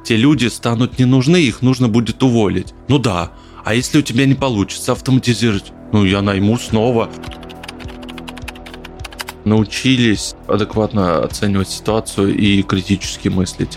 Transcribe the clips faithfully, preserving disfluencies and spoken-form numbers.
те люди станут не нужны, их нужно будет уволить. Ну да, а если у тебя не получится автоматизировать? Ну, я найму снова. Научились адекватно оценивать ситуацию и критически мыслить.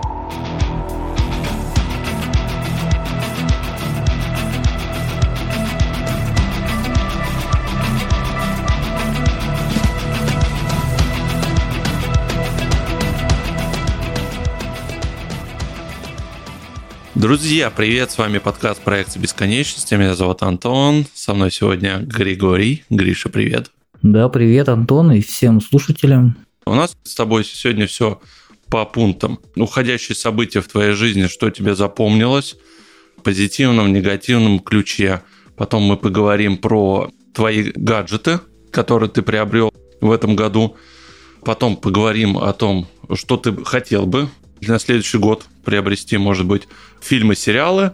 Друзья, привет, с вами подкаст «Проекция бесконечности». Меня зовут Антон, со мной сегодня Григорий. Гриша, привет. Да, привет, Антон, и всем слушателям. У нас с тобой сегодня все по пунктам. Уходящие события в твоей жизни, что тебе запомнилось, в позитивном, негативном ключе. Потом мы поговорим про твои гаджеты, которые ты приобрел в этом году. Потом поговорим о том, что ты хотел бы на следующий год приобрести, может быть, фильмы, сериалы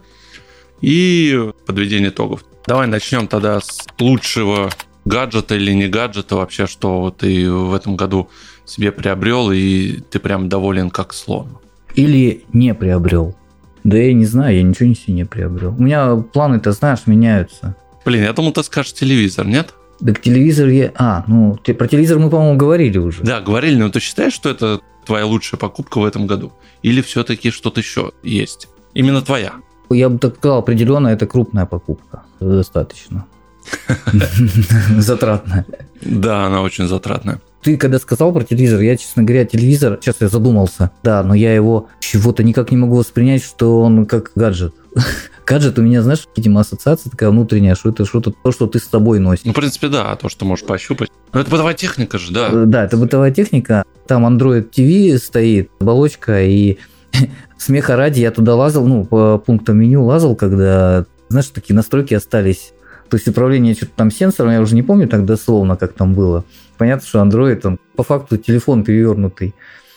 и подведение итогов. Давай начнем тогда с лучшего гаджета или не гаджета вообще, что ты в этом году себе приобрел и ты прям доволен как слон. Или не приобрел. Да я не знаю, я ничего себе не приобрел. У меня планы-то, знаешь, меняются. Блин, я думал, ты скажешь телевизор, нет? Так телевизор я... А, ну, про телевизор мы, по-моему, говорили уже. Да, говорили, но ты считаешь, что это твоя лучшая покупка в этом году? Или все-таки что-то еще есть? Именно твоя? Я бы так сказал, определенно это крупная покупка. Достаточно. Затратная. Да, она очень затратная. Ты когда сказал про телевизор, я, честно говоря, телевизор, сейчас я задумался, да, но я его чего-то никак не могу воспринять, что он как гаджет. Гаджет у меня, знаешь, видимо, ассоциация такая внутренняя, что это что-то, то, что ты с собой носишь. Ну, в принципе, да, то, что можешь пощупать. Но это бытовая техника же, да. Да, это бытовая техника. Там Android ти ви стоит, оболочка, и смеха ради я туда лазал, ну, по пунктам меню лазал, когда, знаешь, такие настройки остались. То есть управление что-то там сенсором, я уже не помню так дословно, как там было. Понятно, что Android, там, по факту телефон перевернутый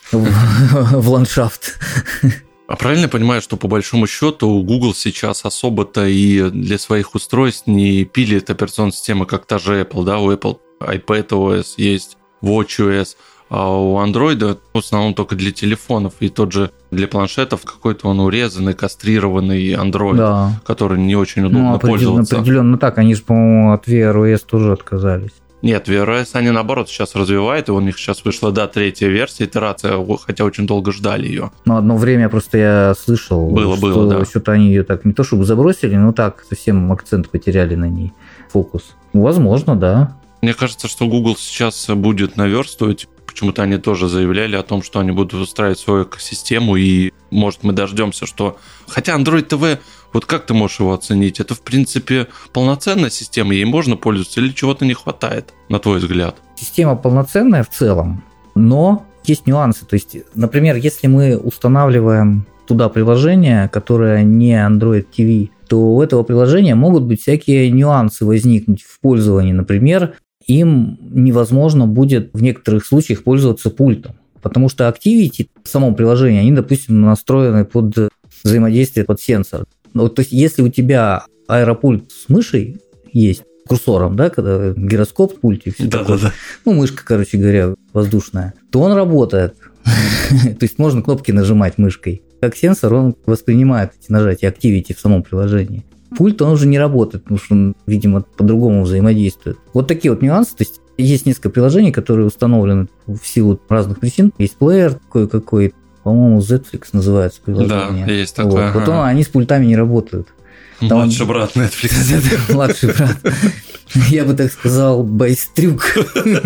в ландшафт. А правильно я понимаю, что по большому счету Google сейчас особо-то и для своих устройств не пилит операционные системы, как та же Apple, да, у Apple iPadOS есть, WatchOS, а у Android в основном только для телефонов, и тот же для планшетов какой-то он урезанный, кастрированный Android, да, который не очень удобно ну, определенно, пользоваться. Определенно так, они же, по-моему, от ви ар о эс тоже отказались. Нет, ви ар о эс они, наоборот, сейчас развивают, и у них сейчас вышла, да, третья версия, итерация, хотя очень долго ждали ее. Но одно время просто я слышал, было, что было, да. Что-то они ее так, не то чтобы забросили, но так совсем акцент потеряли на ней, фокус. Возможно, да. Мне кажется, что Google сейчас будет наверстывать. Почему-то они тоже заявляли о том, что они будут устраивать свою экосистему, и, может, мы дождемся, что... Хотя Android ти ви, вот как ты можешь его оценить? Это, в принципе, полноценная система, ей можно пользоваться или чего-то не хватает, на твой взгляд? Система полноценная в целом, но есть нюансы. То есть, например, если мы устанавливаем туда приложение, которое не Android ти ви, то у этого приложения могут быть всякие нюансы возникнуть в пользовании. Например, им невозможно будет в некоторых случаях пользоваться пультом, потому что Activity в самом приложении, они, допустим, настроены под взаимодействие под сенсор. Ну, то есть, если у тебя аэропульт с мышей есть, курсором, да, когда гироскоп, пульт и все да, такое, да, да. ну, мышка, короче говоря, воздушная, то он работает. То есть, можно кнопки нажимать мышкой. Как сенсор, он воспринимает эти нажатия Activity в самом приложении. Пульт, он уже не работает, потому что он, видимо, по-другому взаимодействует. Вот такие вот нюансы. То есть, есть несколько приложений, которые установлены в силу разных причин. Есть плеер кое-какой, по-моему, Netflix называется приложение. Да, есть такое. Вот, вот он, они с пультами не работают. Там младший брат Netflix. Младший брат. Я бы так сказал, байстрюк.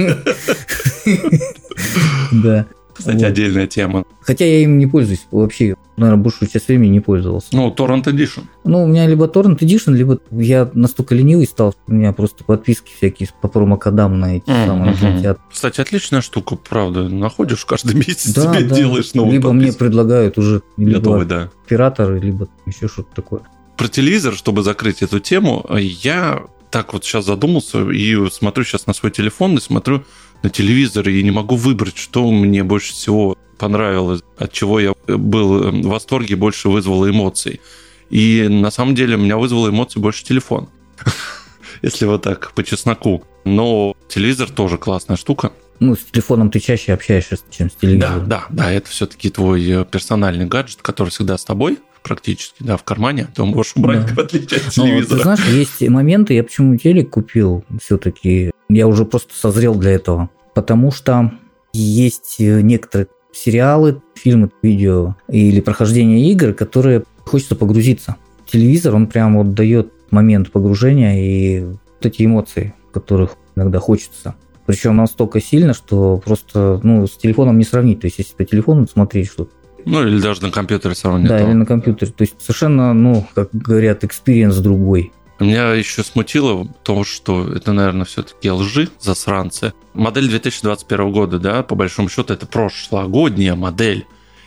Да. Кстати, вот. Отдельная тема. Хотя я им не пользуюсь вообще. Наверное, большую часть времени не пользовался. Ну, Torrent Edition. Ну, у меня либо Torrent Edition, либо я настолько ленивый стал, у меня просто подписки всякие по промокодам на эти mm-hmm. самые летят. Кстати, отличная штука, правда. Находишь каждый месяц, да, себе да. делаешь новую либо подписку. Мне предлагают уже либо готовый, да. операторы, либо еще что-то такое. Про телевизор, чтобы закрыть эту тему, я так вот сейчас задумался и смотрю сейчас на свой телефон и смотрю на телевизор и не могу выбрать, что мне больше всего понравилось, от чего я был в восторге, больше вызвало эмоций. И на самом деле меня вызвало эмоции больше телефон. Если вот так, по чесноку. Но телевизор тоже классная штука. Ну, с телефоном ты чаще общаешься, чем с телевизором. Да, да, да, это все-таки твой персональный гаджет, который всегда с тобой практически, да, в кармане, ты можешь убрать, да. В отличие от телевизора. Ну, ты знаешь, есть моменты, я почему телек купил все-таки, я уже просто созрел для этого, потому что есть некоторые сериалы, фильмы, видео или прохождение игр, которые хочется погрузиться. Телевизор, он прям вот дает момент погружения и вот эти эмоции, которых иногда хочется. Причем настолько сильно, что просто ну, с телефоном не сравнить. То есть, если по телефону смотреть что-то. Ну, или даже на компьютере сравнить. Да, или на компьютере. То есть, совершенно, ну, как говорят, экспириенс другой. Меня еще смутило то, что это, наверное, все-таки лжи, засранцы. Модель две тысячи двадцать первого года, да, по большому счету, это прошлогодняя модель.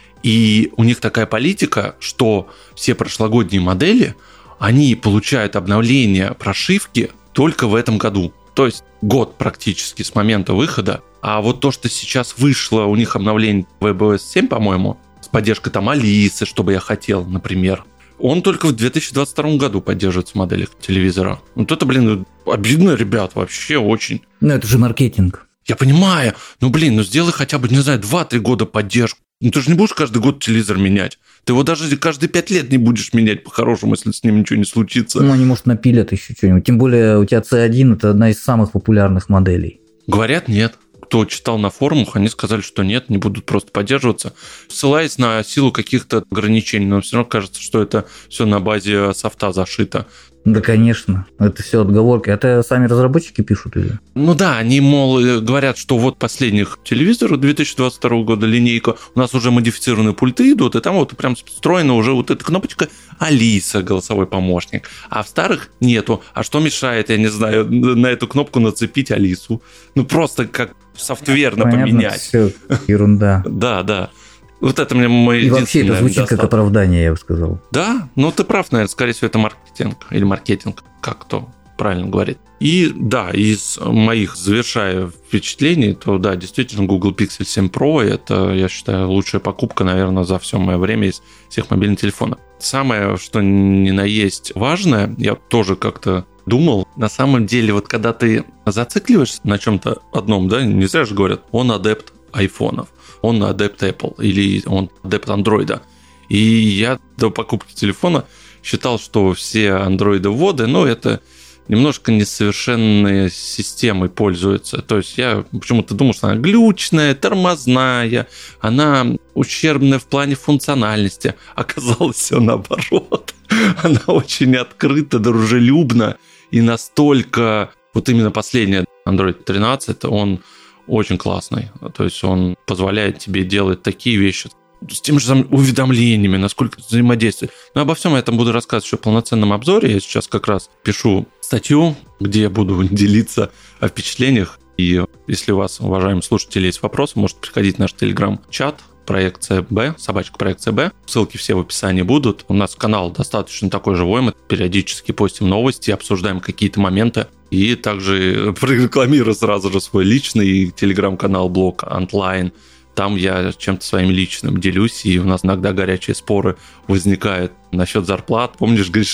И у них такая политика, что все прошлогодние модели, они получают обновление прошивки только в этом году. То есть год практически с момента выхода. А вот то, что сейчас вышло, у них обновление в ви эс семь, по-моему, с поддержкой там Алисы, что бы я хотел, например, он только в две тысячи двадцать втором году поддерживается в моделях телевизора. Вот это, блин, обидно, ребят, вообще очень. Ну, это же маркетинг. Я понимаю. Ну, блин, ну сделай хотя бы, не знаю, два-три года поддержку. Ну, ты же не будешь каждый год телевизор менять. Ты его даже каждые пять лет не будешь менять по-хорошему, если с ним ничего не случится. Ну, они, может, напилят еще что-нибудь. Тем более у тебя си один – это одна из самых популярных моделей. Говорят, нет. Кто читал на форумах, они сказали, что нет, не будут просто поддерживаться, ссылаясь на силу каких-то ограничений. Но все равно кажется, что это все на базе софта зашито. Да, конечно. Это все отговорки. Это сами разработчики пишут или? Ну да, они, мол, говорят, что вот последних телевизоров две тысячи двадцать второго года линейка, у нас уже модифицированные пульты идут, и там вот прям встроена уже вот эта кнопочка Алиса, голосовой помощник. А в старых нету. А что мешает, я не знаю, на эту кнопку нацепить Алису? Ну просто как софтверно Понятно, поменять. Все ерунда. Да, да. Вот это мне мой и вообще это звучит достаток. Как оправдание, я бы сказал. Да, ну ты прав, наверное, скорее всего, это маркетинг или маркетинг, как кто правильно говорит. И да, из моих, завершая впечатлений, то да, действительно, Google Pixel семь Pro – это, я считаю, лучшая покупка, наверное, за все мое время из всех мобильных телефонов. Самое, что ни на есть важное, я тоже как-то думал, на самом деле, вот когда ты зацикливаешься на чем-то одном, да, не зря же говорят, он адепт айфонов, он адепт Apple или он адепт андроида. И я до покупки телефона считал, что все андроидоводы, ну, это немножко несовершенной системой пользуются. То есть я почему-то думал, что она глючная, тормозная, она ущербная в плане функциональности. Оказалось все наоборот. Она очень открыта, дружелюбна и настолько... Вот именно последний Android тринадцать, он очень классный. То есть он позволяет тебе делать такие вещи с теми же уведомлениями, насколько взаимодействует. Но обо всем этом буду рассказывать еще в полноценном обзоре. Я сейчас как раз пишу статью, где я буду делиться о впечатлениях. И если у вас, уважаемые слушатели, есть вопросы, можете приходить в наш телеграм-чат проекция Б, собачка проекция Б. Ссылки все в описании будут. У нас канал достаточно такой живой, мы периодически постим новости, обсуждаем какие-то моменты. И также прорекламирую сразу же свой личный телеграм-канал, блог Antline. Там я чем-то своим личным делюсь, и у нас иногда горячие споры возникают насчет зарплат. Помнишь, Гриш,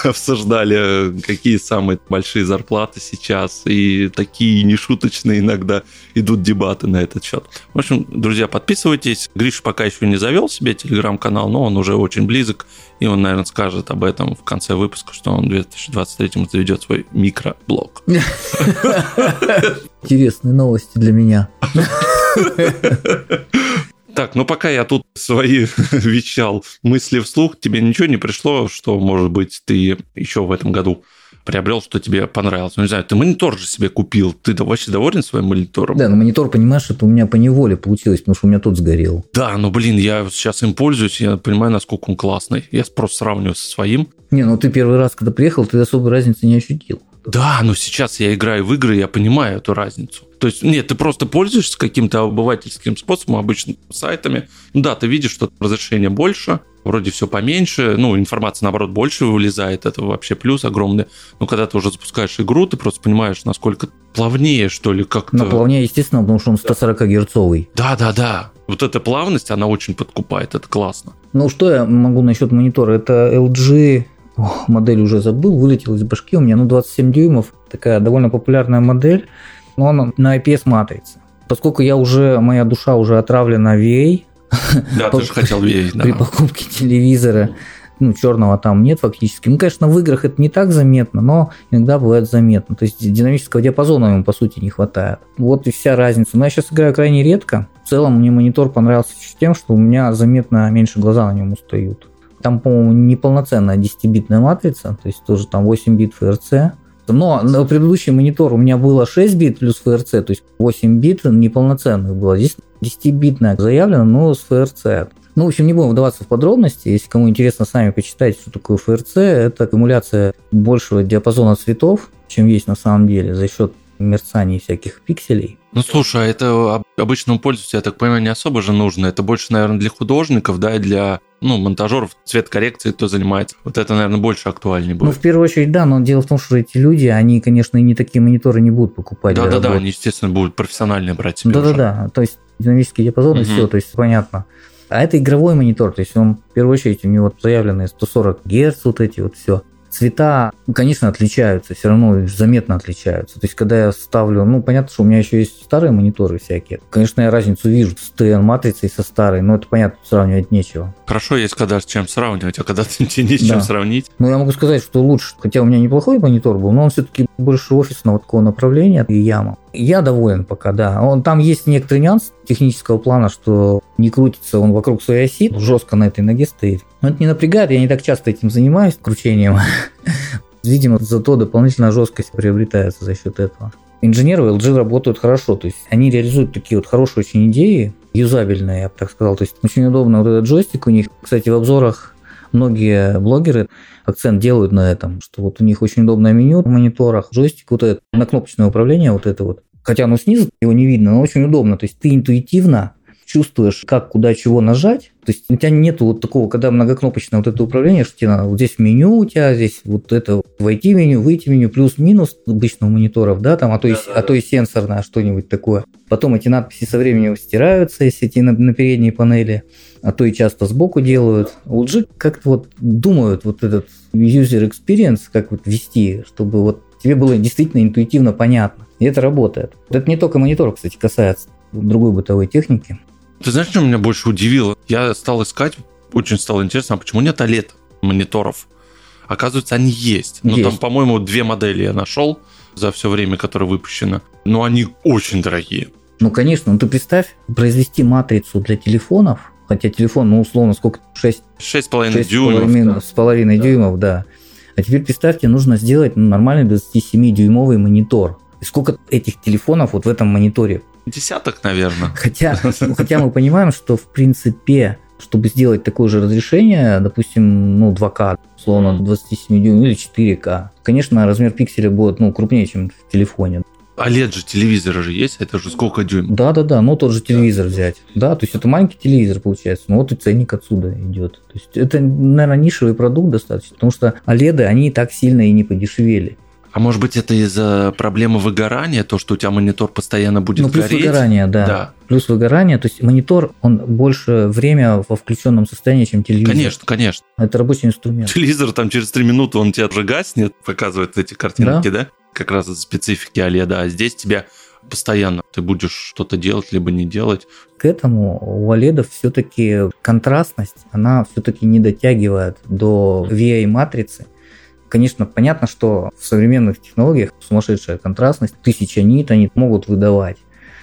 обсуждали, какие самые большие зарплаты сейчас, и такие нешуточные иногда идут дебаты на этот счет. В общем, друзья, подписывайтесь. Гриш пока еще не завел себе телеграм-канал, но он уже очень близок, и он, наверное, скажет об этом в конце выпуска, что он в две тысячи двадцать третьем заведет свой микроблог. Интересные новости для меня. Так, ну пока я тут свои вещал мысли вслух, тебе ничего не пришло, что, может быть, ты еще в этом году приобрел, что тебе понравилось? Ну, не знаю, ты монитор же себе купил, ты вообще доволен своим монитором? Да, но монитор, понимаешь, это у меня по неволе получилось, потому что у меня тот сгорел. Да, ну, блин, я сейчас им пользуюсь, я понимаю, насколько он классный. Я просто сравниваю со своим. Не, ну ты первый раз, когда приехал, ты особой разницы не ощутил. Да, но сейчас я играю в игры, я понимаю эту разницу. То есть, нет, ты просто пользуешься каким-то обывательским способом, обычно сайтами. Ну да, ты видишь, что разрешение больше, вроде все поменьше, ну, информация, наоборот, больше вылезает, это вообще плюс огромный. Но когда ты уже запускаешь игру, ты просто понимаешь, насколько плавнее, что ли, как-то... Ну, плавнее, естественно, потому что он сто сорок герцовый. Да-да-да. Вот эта плавность, она очень подкупает, это классно. Ну, что я могу насчет монитора? Это эл джи... Ох, модель уже забыл, вылетела из башки у меня, ну, двадцать семь дюймов, такая довольно популярная модель, но она на ай пи эс матрице. Поскольку я уже, моя душа уже отравлена ви эй. Да, ты же хотел ви эй, да. При покупке телевизора, ну, черного там нет фактически. Ну, конечно, в играх это не так заметно, но иногда бывает заметно. То есть динамического диапазона ему, по сути, не хватает. Вот и вся разница. Но я сейчас играю крайне редко. В целом мне монитор понравился тем, что у меня заметно меньше глаза на нем устают. Там, по-моему, неполноценная десятибитная матрица, то есть тоже там восемь бит эф эр си. Но на предыдущий монитор у меня было шесть бит плюс эф эр си, то есть восемь бит неполноценных было. Здесь десятибитная заявлена, но с эф эр си. Ну, в общем, не будем вдаваться в подробности. Если кому интересно, сами почитайте, что такое эф эр си. Это аккумуляция большего диапазона цветов, чем есть на самом деле, за счет мерцания всяких пикселей. Ну, слушай, а это обычному пользователю, я так понимаю, не особо же нужно. Это больше, наверное, для художников, да, и для, ну, монтажеров, цвет коррекции, кто занимается. Вот это, наверное, больше актуальнее будет. Ну, в первую очередь, да, но дело в том, что эти люди, они, конечно, и не такие мониторы не будут покупать. Да-да-да, они, естественно, будут профессиональные брать себе. Да-да-да, то есть динамический диапазон и все, то есть понятно. А это игровой монитор, то есть он, в первую очередь, у него заявленные сто сорок герц, вот эти вот все. Цвета, конечно, отличаются, все равно заметно отличаются. То есть, когда я ставлю, ну, понятно, что у меня еще есть старые мониторы всякие. Конечно, я разницу вижу с тэ эн-матрицей со старой, но это, понятно, сравнивать нечего. Хорошо, есть когда с чем сравнивать, а когда тебе не с чем да. сравнить. Ну, я могу сказать, что лучше, хотя у меня неплохой монитор был, но он все-таки больше офисного такого направления, и яма. Я доволен пока, да. Он, там есть некоторый нюанс технического плана, что не крутится он вокруг своей оси, жестко на этой ноге стоит. Но это не напрягает, я не так часто этим занимаюсь, кручением. Видимо, зато дополнительная жесткость приобретается за счет этого. Инженеры в эл джи работают хорошо, то есть они реализуют такие вот хорошие очень идеи, юзабельные, я бы так сказал. То есть очень удобно вот этот джойстик у них. Кстати, в обзорах многие блогеры акцент делают на этом, что вот у них очень удобное меню в мониторах, джойстик вот этот, на кнопочное управление вот это вот. Хотя оно снизу, его не видно, но очень удобно. То есть ты интуитивно чувствуешь, как, куда, чего нажать. То есть у тебя нет вот такого, когда многокнопочное вот это управление, что тебе надо, вот здесь меню у тебя, здесь вот это войти в меню, выйти в меню, плюс-минус обычно у мониторов, да, там, а то и, а то и сенсорное что-нибудь такое. Потом эти надписи со временем стираются, если эти на, на передней панели, а то и часто сбоку делают. эл джи как-то вот думают вот этот user experience, как вот вести, чтобы вот тебе было действительно интуитивно понятно. И это работает. Это не только мониторов, кстати, касается другой бытовой техники. Ты знаешь, что меня больше удивило? Я стал искать, очень стало интересно, а почему нет о лед мониторов? Оказывается, они есть. Ну, там, по-моему, две модели я нашел за все время, которое выпущено. Но они очень дорогие. Ну, конечно. Ну, ты представь, произвести матрицу для телефонов, хотя телефон, ну, условно, сколько? шесть с половиной дюймов. С половиной да. дюймов, да. А теперь представьте, нужно сделать нормальный двадцатисемидюймовый монитор. И сколько этих телефонов вот в этом мониторе? Десяток, наверное. Хотя, хотя мы понимаем, что в принципе, чтобы сделать такое же разрешение, допустим, ну, два ка, условно, двадцать семь дюймов или четыре ка, конечно, размер пикселя будет ну, крупнее, чем в телефоне. А лед же, телевизоры же есть, это же сколько дюймов? Да-да-да, ну тот же телевизор взять. Да, то есть это маленький телевизор получается, ну вот и ценник отсюда идет. То есть это, наверное, нишевый продукт достаточно, потому что о леды, они и так сильно и не подешевели. А может быть, это из-за проблемы выгорания, то, что у тебя монитор постоянно будет ну, плюс гореть? Выгорание, да. да. Плюс выгорание, то есть монитор, он больше время во включенном состоянии, чем телевизор. Конечно, конечно. Это рабочий инструмент. Телевизор там через три минуты, он тебя уже гаснет, показывает эти картинки, да? да? Как раз из специфики о лед, а здесь тебя постоянно ты будешь что-то делать, либо не делать. К этому у о ледов все-таки контрастность, она все-таки не дотягивает до ви эй-матрицы. Конечно, понятно, что в современных технологиях сумасшедшая контрастность, тысяча нит они могут выдавать.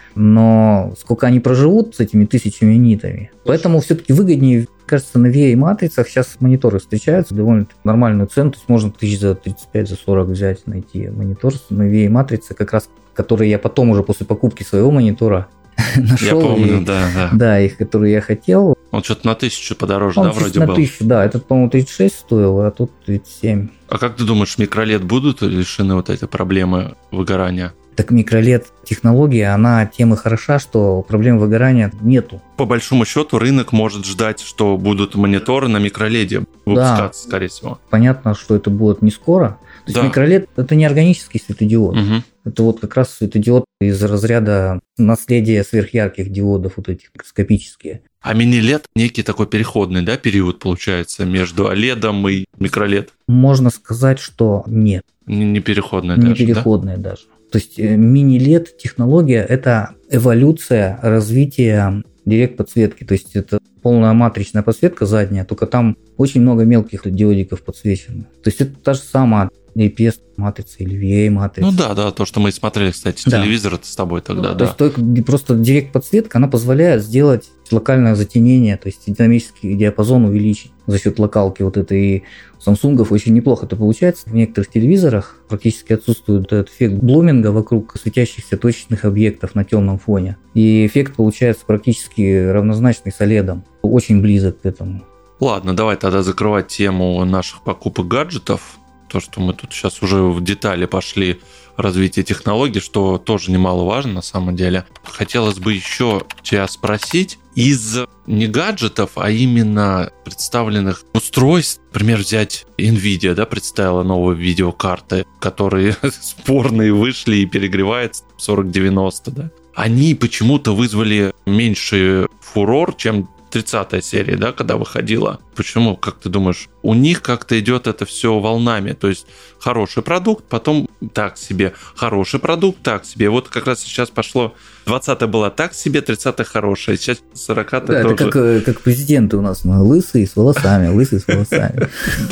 Но сколько они проживут с этими тысячами нитами? Поэтому все-таки выгоднее, кажется, на ви эй-матрицах сейчас мониторы встречаются довольно нормальную цену. То есть можно тысяч за тридцать пять, за сорок взять, найти монитор на ви эй-матрице, как раз которые я потом уже после покупки своего монитора нашел. Я помню, и, да, да. Да, их, которые я хотел. Он что-то на тысячу подороже, Он да, вроде на был? тысячу, да. Этот, по-моему, тридцать шесть стоил, а тут тридцать семь. А как ты думаешь, микролед будут лишены вот этой проблемы выгорания? Так микролед технология, она тем и хороша, что проблем выгорания нету. По большому счету рынок может ждать, что будут мониторы на микроледе выпускаться, да. скорее всего. Понятно, что это будет не скоро. То да. есть микролед – это не органический светодиод. Угу. Это вот как раз светодиод из разряда наследия сверхярких диодов, вот этих микроскопические. А мини-лед некий такой переходный, да, период получается между о ледом и микролед? Можно сказать, что нет. Не, не переходный не даже, переходный да? даже. То есть мини-лед технология – это эволюция развития директ-подсветки. То есть это полная матричная подсветка задняя, только там очень много мелких диодиков подсвечено. То есть это та же самая эй пи эс-матрица или ви эй-матрица. Ну да, да, то, что мы смотрели, кстати, да. телевизор это с тобой тогда, то да. Есть только просто директ-подсветка, она позволяет сделать локальное затемнение, то есть динамический диапазон увеличить за счет локалки вот этой. И у Samsung очень неплохо это получается. В некоторых телевизорах практически отсутствует этот эффект блуминга вокруг светящихся точечных объектов на темном фоне. И эффект получается практически равнозначный с оледом. Очень близок к этому. Ладно, давай тогда закрывать тему наших покупок гаджетов. То, что мы тут сейчас уже в детали пошли развитие технологий, что тоже немаловажно на самом деле. Хотелось бы еще тебя спросить, из не гаджетов, а именно представленных устройств, например, взять NVIDIA, да, представила новые видеокарты, которые спорные вышли и перегреваются сорок девяносто, да. Они почему-то вызвали меньше фурор, чем тридцатая серия, да, когда выходила. Почему, как ты думаешь, у них как-то идет это все волнами? То есть хороший продукт, потом так себе, хороший продукт, так себе. Вот как раз сейчас пошло, двадцатая была так себе, тридцатая хорошая, сейчас сорокая да, тоже. Это как, как президенты у нас, ну, лысые с волосами, лысые с волосами.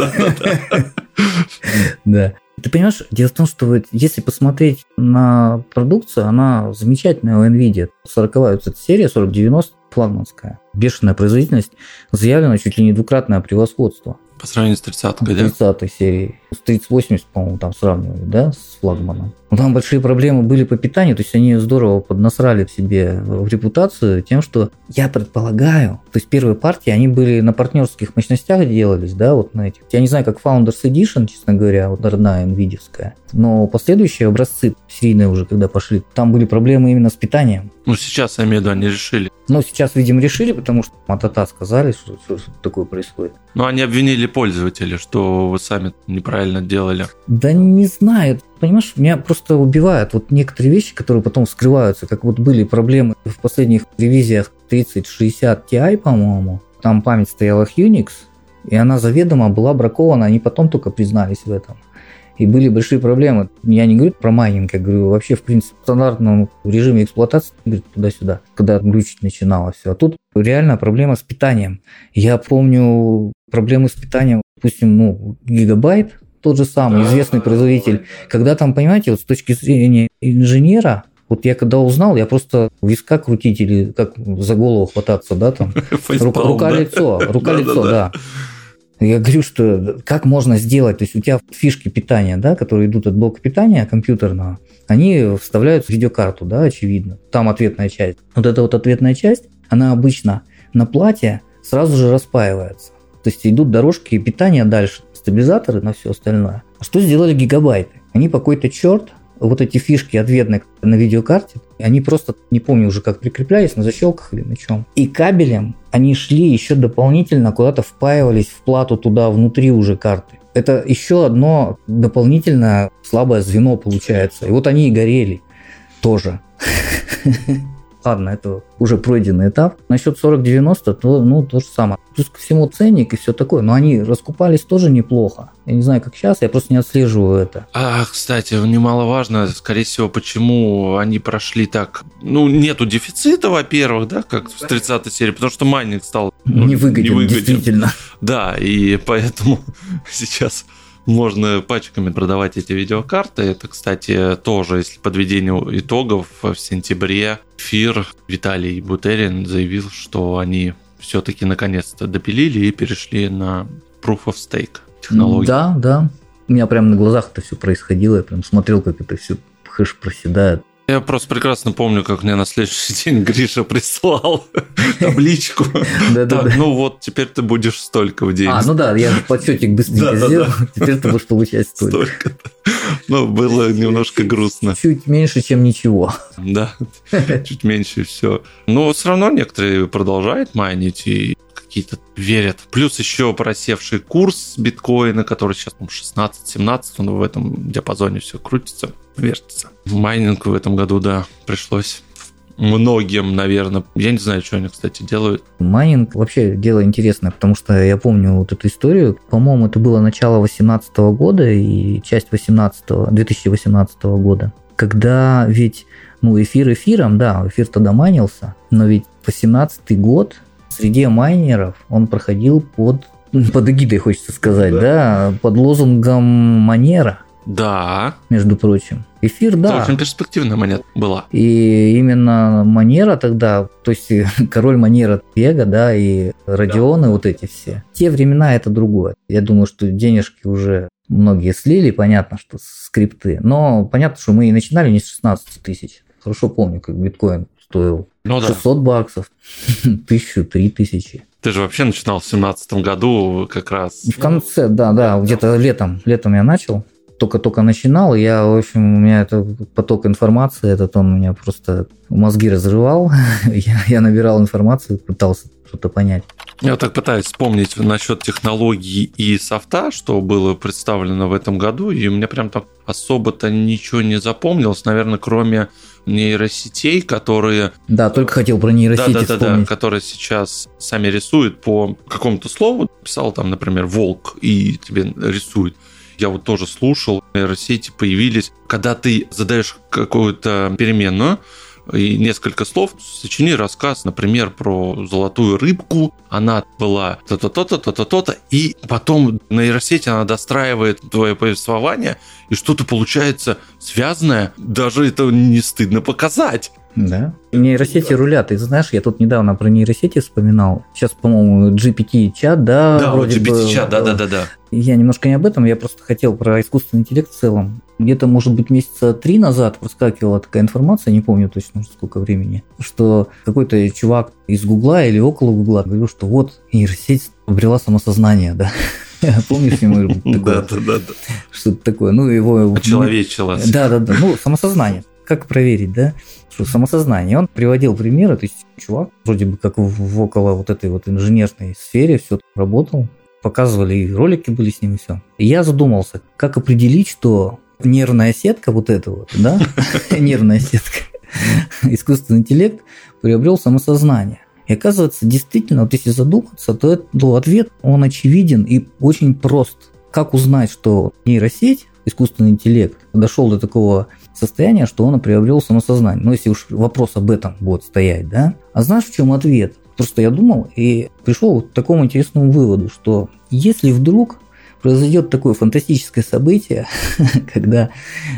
Да. Ты понимаешь, дело в том, что вот если посмотреть на продукцию, она замечательная у NVIDIA. сороковая вот эта серия, сорок девяносто, флагманская. Бешеная производительность, заявлено чуть ли не двукратное превосходство. По сравнению с тридцатой, да? тридцатой серией. С тридцать восемьдесят, по-моему, там сравнивали, да, с флагманом. Но там большие проблемы были по питанию, то есть они здорово поднасрали себе в репутацию тем, что я предполагаю, то есть первые партии, они были на партнерских мощностях делались, да, вот на этих. Я не знаю, как Founders Edition, честно говоря, вот родная NVIDIA-ская, но последующие образцы серийные уже, когда пошли, там были проблемы именно с питанием. Ну, сейчас, я имею в виду, они решили. Ну, сейчас, видимо, решили, потому что Матата сказали, что, что, что такое происходит. Ну, они обвинили пользователей, что вы сами неправильно делали. Да не знаю. Понимаешь, меня просто убивают вот некоторые вещи, которые потом вскрываются, как вот были проблемы в последних ревизиях тридцать шестьдесят Ti, по-моему. Там память стояла Unix, и она заведомо была бракована, они потом только признались в этом. И были большие проблемы. Я не говорю про майнинг, я говорю вообще, в принципе, в стандартном режиме эксплуатации, говорит, туда-сюда, когда глючить начинало все. А тут реально проблема с питанием. Я помню проблемы с питанием, допустим, ну, Гигабайт, тот же самый известный производитель. Когда там, понимаете, вот с точки зрения инженера, вот я когда узнал, я просто виска крутить или как за голову хвататься, да, там, рука-лицо, рука-лицо, да. Я говорю, что как можно сделать, то есть у тебя фишки питания, да, которые идут от блока питания компьютерного, они вставляют в видеокарту, да, очевидно, там ответная часть. Вот эта вот ответная часть, она обычно на плате сразу же распаивается. То есть идут дорожки питания дальше, стабилизаторы на все остальное. Что сделали Гигабайты? Они по какой-то черт, вот эти фишки ответные на видеокарте, они просто, не помню уже как прикреплялись, на защелках или на чем. И кабелем они шли еще дополнительно, куда-то впаивались в плату туда, внутри уже карты. Это еще одно дополнительное слабое звено получается. И вот они и горели тоже. Ладно, это уже пройденный этап. Насчет сорок девяносто, то, ну, то же самое. Плюс ко всему ценник и все такое. Но они раскупались тоже неплохо. Я не знаю, как сейчас, я просто не отслеживаю это. А, кстати, немаловажно, скорее всего, почему они прошли так... Ну, нету дефицита, во-первых, да, как в тридцатой серии, потому что майнинг стал ну, невыгоден, невыгоден, действительно. Да, и поэтому сейчас... Можно пачками продавать эти видеокарты. Это, кстати, тоже, если подведение итогов, в сентябре эфир Виталий Бутерин заявил, что они все-таки наконец-то допилили и перешли на Proof of Stake технологию. Да, да. У меня прямо на глазах это все происходило. Я прям смотрел, как это все хэш проседает. Я просто прекрасно помню, как мне на следующий день Гриша прислал табличку. Так, ну вот, теперь ты будешь столько в день. А, ну да, я подсчетик быстренько сделал, теперь ты будешь получать столько. Ну, было немножко грустно. Чуть меньше, чем ничего. Да, чуть меньше, и все. Но все равно некоторые продолжают майнить и какие-то верят. Плюс еще просевший курс биткоина, который сейчас, по-моему, шестнадцать-семнадцать, он в этом диапазоне все крутится, вертится. Майнинг в этом году, да, пришлось многим, наверное. Я не знаю, что они, кстати, делают. Майнинг вообще дело интересное, потому что я помню вот эту историю. По-моему, это было начало восемнадцатого года и часть восемнадцатого, две тысячи восемнадцатого года. когда ведь, ну, эфир эфиром, да, эфир тогда майнился, но ведь восемнадцатый год среди майнеров он проходил под, под эгидой, хочется сказать, да, да под лозунгом Монера. Да. Между прочим. Эфир, да. Это очень перспективная монета была. И именно Монера тогда, то есть король Монера Пега, да, и Родионы, да. Вот эти все. Те времена это другое. Я думаю, что денежки уже многие слили, понятно, что скрипты. Но понятно, что мы и начинали не с шестнадцати тысяч. Хорошо помню, как биткоин стоил ну, шестьсот да. баксов, тысячу, три тысячи. Ты же вообще начинал в семнадцатом году как раз. В конце, да, да, где-то летом. Летом я начал. Только-только начинал, я, в общем, у меня этот поток информации, этот он меня просто мозги разрывал. я, я набирал информацию, пытался что-то понять. Я вот так пытаюсь вспомнить насчет технологий и софта, что было представлено в этом году, и у меня прям так особо-то ничего не запомнилось, наверное, кроме нейросетей, которые... Да, только хотел про нейросети да, да, вспомнить. Да, да, которые сейчас сами рисуют по какому-то слову. Писал там, например, волк, и тебе рисует. Я вот тоже слушал, нейросети появились, когда ты задаешь какую-то переменную и несколько слов, сочини рассказ, например, про золотую рыбку, она была то-то-то-то, то-то-то, и потом нейросеть, она достраивает твое повествование, и что-то получается связанное, даже это не стыдно показать. Да. Нейросети рулят. И знаешь, я тут недавно про нейросети вспоминал. Сейчас, по-моему, джи пи ти-чат, да? Да, вот джи пи ти-чат, да-да-да. Я немножко не об этом, я просто хотел про искусственный интеллект в целом. Где-то, может быть, месяца три назад проскакивала такая информация, не помню точно сколько времени, что какой-то чувак из Гугла или около Гугла говорил, что вот нейросеть обрела самосознание, да. Помнишь, ему такое? Да-да-да. Что-то такое. Ну, его... Очеловечилось. Да-да-да. Ну, самосознание. Как проверить, да? Что самосознание. Он приводил примеры, то есть чувак вроде бы как в, в около вот этой вот инженерной сфере все работал, показывали и ролики были с ним и все. И я задумался, как определить, что нервная сетка вот эта вот, да, нервная сетка, искусственный интеллект приобрел самосознание. И оказывается, действительно, вот если задуматься, то это, ну, ответ, он очевиден и очень прост. Как узнать, что нейросеть, искусственный интеллект, дошел до такого состояние, что он приобрел самосознание. Ну, если уж вопрос об этом будет стоять, да? А знаешь, в чем ответ? Просто я думал и пришел к такому интересному выводу, что если вдруг произойдет такое фантастическое событие, когда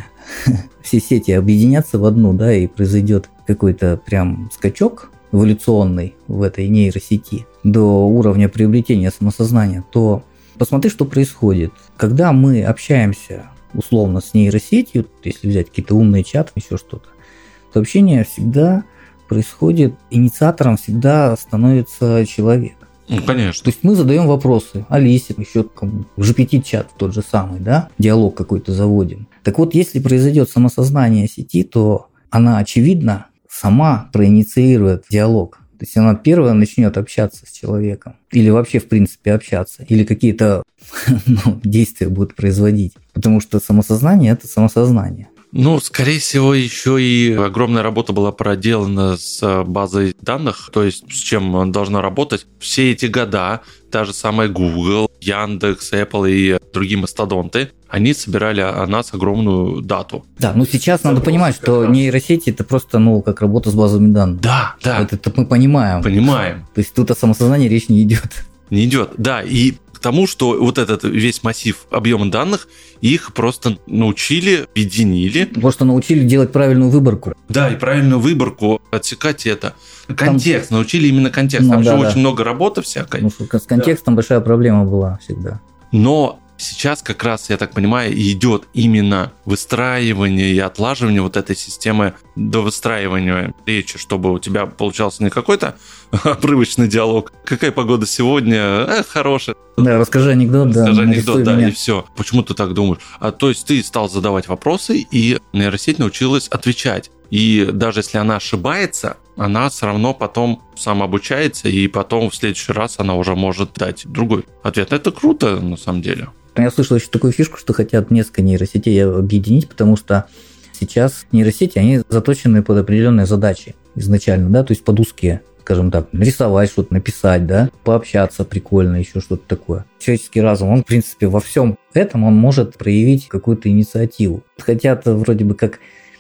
все сети объединятся в одну, да, и произойдет какой-то прям скачок эволюционный в этой нейросети до уровня приобретения самосознания, то посмотри, что происходит. Когда мы общаемся условно с нейросетью, если взять какие-то умные чаты, еще что-то, то общение всегда происходит, инициатором всегда становится человек. Ну, конечно. То есть мы задаем вопросы Алисе, еще кому, джи пи ти-чат тот же самый, да, диалог какой-то заводим. Так вот, если произойдет самосознание сети, то она, очевидно, сама проинициирует диалог. То есть она первая начнет общаться с человеком. Или вообще, в принципе, общаться. Или какие-то ну, действия будет производить. Потому что самосознание – это самосознание. Ну, скорее всего, еще и огромная работа была проделана с базой данных, то есть с чем должна работать все эти года. Та же самая Google, Яндекс, Apple и другие мастодонты, они собирали о нас огромную дату. Да, ну сейчас надо понимать, что нейросети – это просто, ну, как работа с базами данных. Да, да. Это, это мы понимаем. Понимаем. То есть тут о самосознании речь не идет. Не идет, да, и к тому, что вот этот весь массив объема данных, их просто научили, объединили. Просто научили делать правильную выборку. Да, и правильную выборку, отсекать это. Контекст, Там... научили именно контекст. Ну, Там да, же да. очень много работы всякой. Ну, с контекстом да. большая проблема была всегда. Но сейчас как раз, я так понимаю, идет именно выстраивание и отлаживание вот этой системы до выстраивания речи, чтобы у тебя получался не какой-то обрывочный диалог. Какая погода сегодня? Э, хорошая. Да, расскажи анекдот, да. Расскажи анекдот, да, меня. И все. Почему ты так думаешь? А то есть ты стал задавать вопросы, и нейросеть научилась отвечать. И даже если она ошибается, она все равно потом самообучается, и потом в следующий раз она уже может дать другой ответ. Это круто, на самом деле. Я слышал еще такую фишку, что хотят несколько нейросетей объединить, потому что сейчас нейросети, они заточены под определенные задачи изначально, да, то есть под узкие, скажем так, нарисовать что-то, написать, да, пообщаться прикольно, еще что-то такое. Человеческий разум, он, в принципе, во всем этом он может проявить какую-то инициативу. Хотят вроде бы как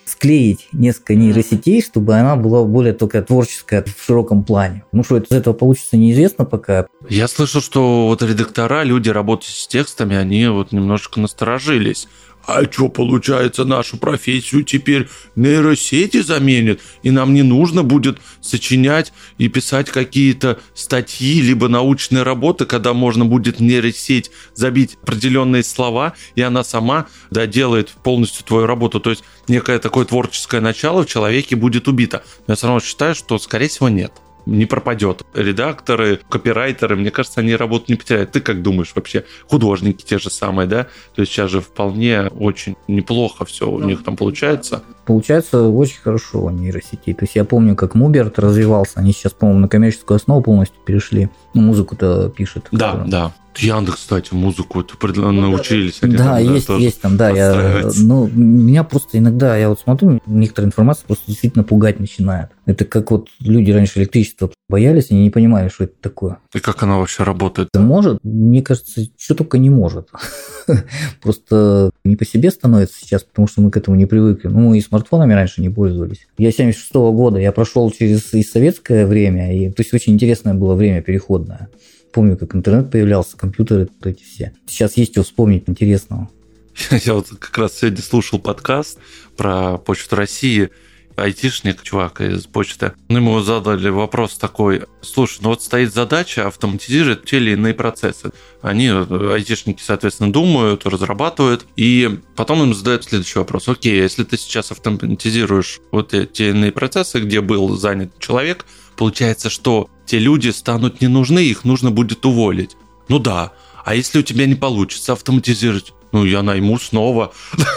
склеить несколько нейросетей, чтобы она была более только творческая в широком плане. Ну, что из этого получится, неизвестно пока. Я слышал, что вот редактора, люди, работающие с текстами, они вот немножко насторожились. А что, получается, нашу профессию теперь нейросети заменят, и нам не нужно будет сочинять и писать какие-то статьи, либо научные работы, когда можно будет в нейросеть забить определенные слова, и она сама доделает полностью твою работу. То есть некое такое творческое начало в человеке будет убито. Но я все равно считаю, что, скорее всего, нет. Не пропадет. Редакторы, копирайтеры, мне кажется, они работу не потеряют. Ты как думаешь вообще? Художники те же самые, да? То есть сейчас же вполне очень неплохо все у них там получается. Получается очень хорошо у нейросетей. То есть я помню, как Муберт развивался. Они сейчас, по-моему, на коммерческую основу полностью перешли. Ну, музыку-то пишет. Да, которая... да. Яндекс, кстати, музыку научились. Они да, там, есть, да, есть там, да. Я, ну, меня просто иногда, я вот смотрю, некоторая информация просто действительно пугать начинает. Это как вот люди раньше электричество боялись, они не понимали, что это такое. И как оно вообще работает? Может, мне кажется, что только не может. Просто не по себе становится сейчас, потому что мы к этому не привыкли. Ну, и смартфонами раньше не пользовались. Я семьдесят шестого года, я прошел через и советское время, и, то есть очень интересное было время переходное. Помню, как интернет появлялся, компьютеры вот эти все. Сейчас есть что вспомнить интересного. Я вот как раз сегодня слушал подкаст про Почту России. Айтишник, чувак из почты, ну, ему задали вопрос такой: слушай, ну вот стоит задача автоматизировать те или иные процессы. Они, айтишники, соответственно, думают, разрабатывают, и потом им задают следующий вопрос: окей, если ты сейчас автоматизируешь вот те или иные процессы, где был занят человек, получается, что те люди станут не нужны, их нужно будет уволить. Ну да, а если у тебя не получится автоматизировать? Ну, я найму снова.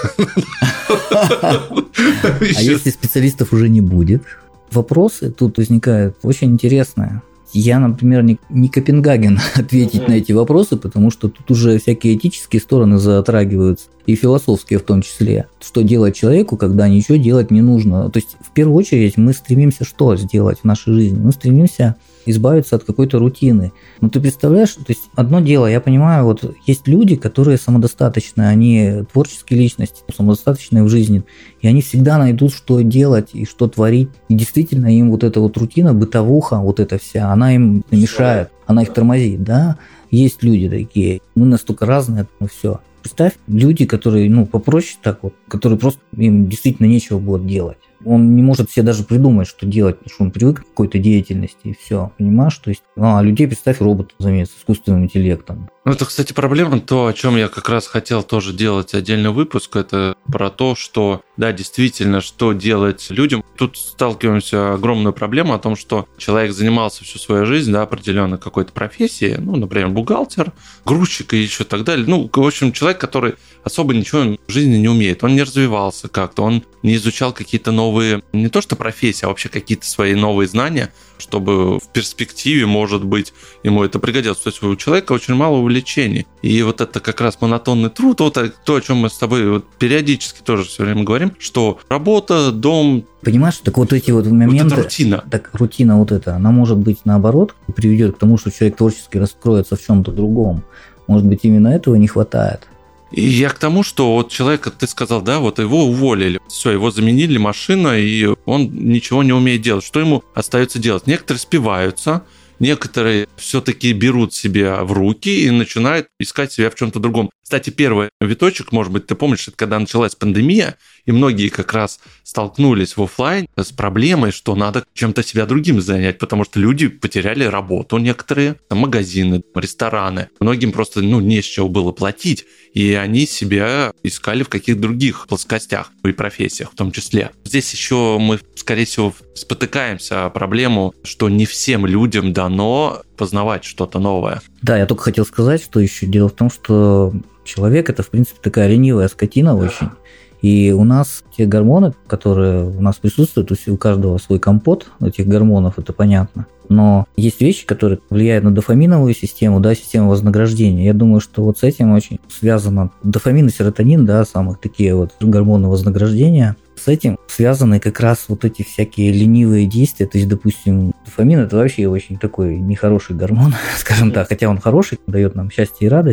А если специалистов уже не будет? Вопросы тут возникают очень интересные. Я, например, не, не Копенгаген ответить на эти вопросы, потому что тут уже всякие этические стороны затрагиваются, и философские в том числе. Что делать человеку, когда ничего делать не нужно? То есть, в первую очередь, мы стремимся что сделать в нашей жизни? Мы стремимся избавиться от какой-то рутины. Но ты представляешь, то есть одно дело, я понимаю, вот есть люди, которые самодостаточны, они творческие личности, самодостаточные в жизни, и они всегда найдут, что делать и что творить. И действительно им вот эта вот рутина, бытовуха, вот эта вся, она им мешает, она их тормозит, да. Есть люди такие, мы настолько разные, ну все. Представь, люди, которые, ну, попроще так вот, которые просто, им действительно нечего будет делать. Он не может себе даже придумать, что делать, потому что он привык к какой-то деятельности, и все. Понимаешь? То есть, а людей, представь, робот заменится искусственным интеллектом. Ну, это, кстати, проблема, то, о чем я как раз хотел тоже делать отдельный выпуск, это про то, что, да, действительно, что делать людям. Тут сталкиваемся огромную проблему о том, что человек занимался всю свою жизнь, да, определенной какой-то профессией, ну, например, бухгалтер, грузчик и еще так далее. Ну, в общем, человек, который особо ничего в жизни не умеет, он не развивался как-то, он не изучал какие-то новые, не то что профессии, а вообще какие-то свои новые знания, чтобы в перспективе, может быть, ему это пригодилось. То есть у человека очень мало увлечений. И вот это как раз монотонный труд, вот то, о чем мы с тобой вот периодически тоже все время говорим, что работа, дом... Понимаешь, так вот эти вот моменты... Вот это рутина. Так рутина вот эта, она может быть наоборот приведет к тому, что человек творчески раскроется в чем-то другом. Может быть, именно этого не хватает. И я к тому, что вот человек, как ты сказал, да, вот его уволили, все, его заменили машиной, и он ничего не умеет делать. Что ему остается делать? Некоторые спиваются, некоторые все-таки берут себя в руки и начинают искать себя в чем-то другом. Кстати, первый виточек, может быть, ты помнишь, это когда началась пандемия, и многие как раз столкнулись в офлайн с проблемой, что надо чем-то себя другим занять, потому что люди потеряли работу некоторые, там, магазины, рестораны. Многим просто ну, не с чего было платить, и они себя искали в каких-то других плоскостях и профессиях в том числе. Здесь еще мы, скорее всего, спотыкаемся о проблему, что не всем людям дано познавать что-то новое. Да, я только хотел сказать, что еще дело в том, что человек – это, в принципе, такая ленивая скотина очень. И у нас те гормоны, которые у нас присутствуют, то есть у каждого свой компот этих гормонов, это понятно. Но есть вещи, которые влияют на дофаминовую систему, да, систему вознаграждения. Я думаю, что вот с этим очень связано дофамин и серотонин, да, самых такие вот гормоны вознаграждения. С этим связаны как раз вот эти всякие ленивые действия. То есть, допустим, дофамин – это вообще очень такой нехороший гормон, скажем так, хотя он хороший, дает нам счастье и радость.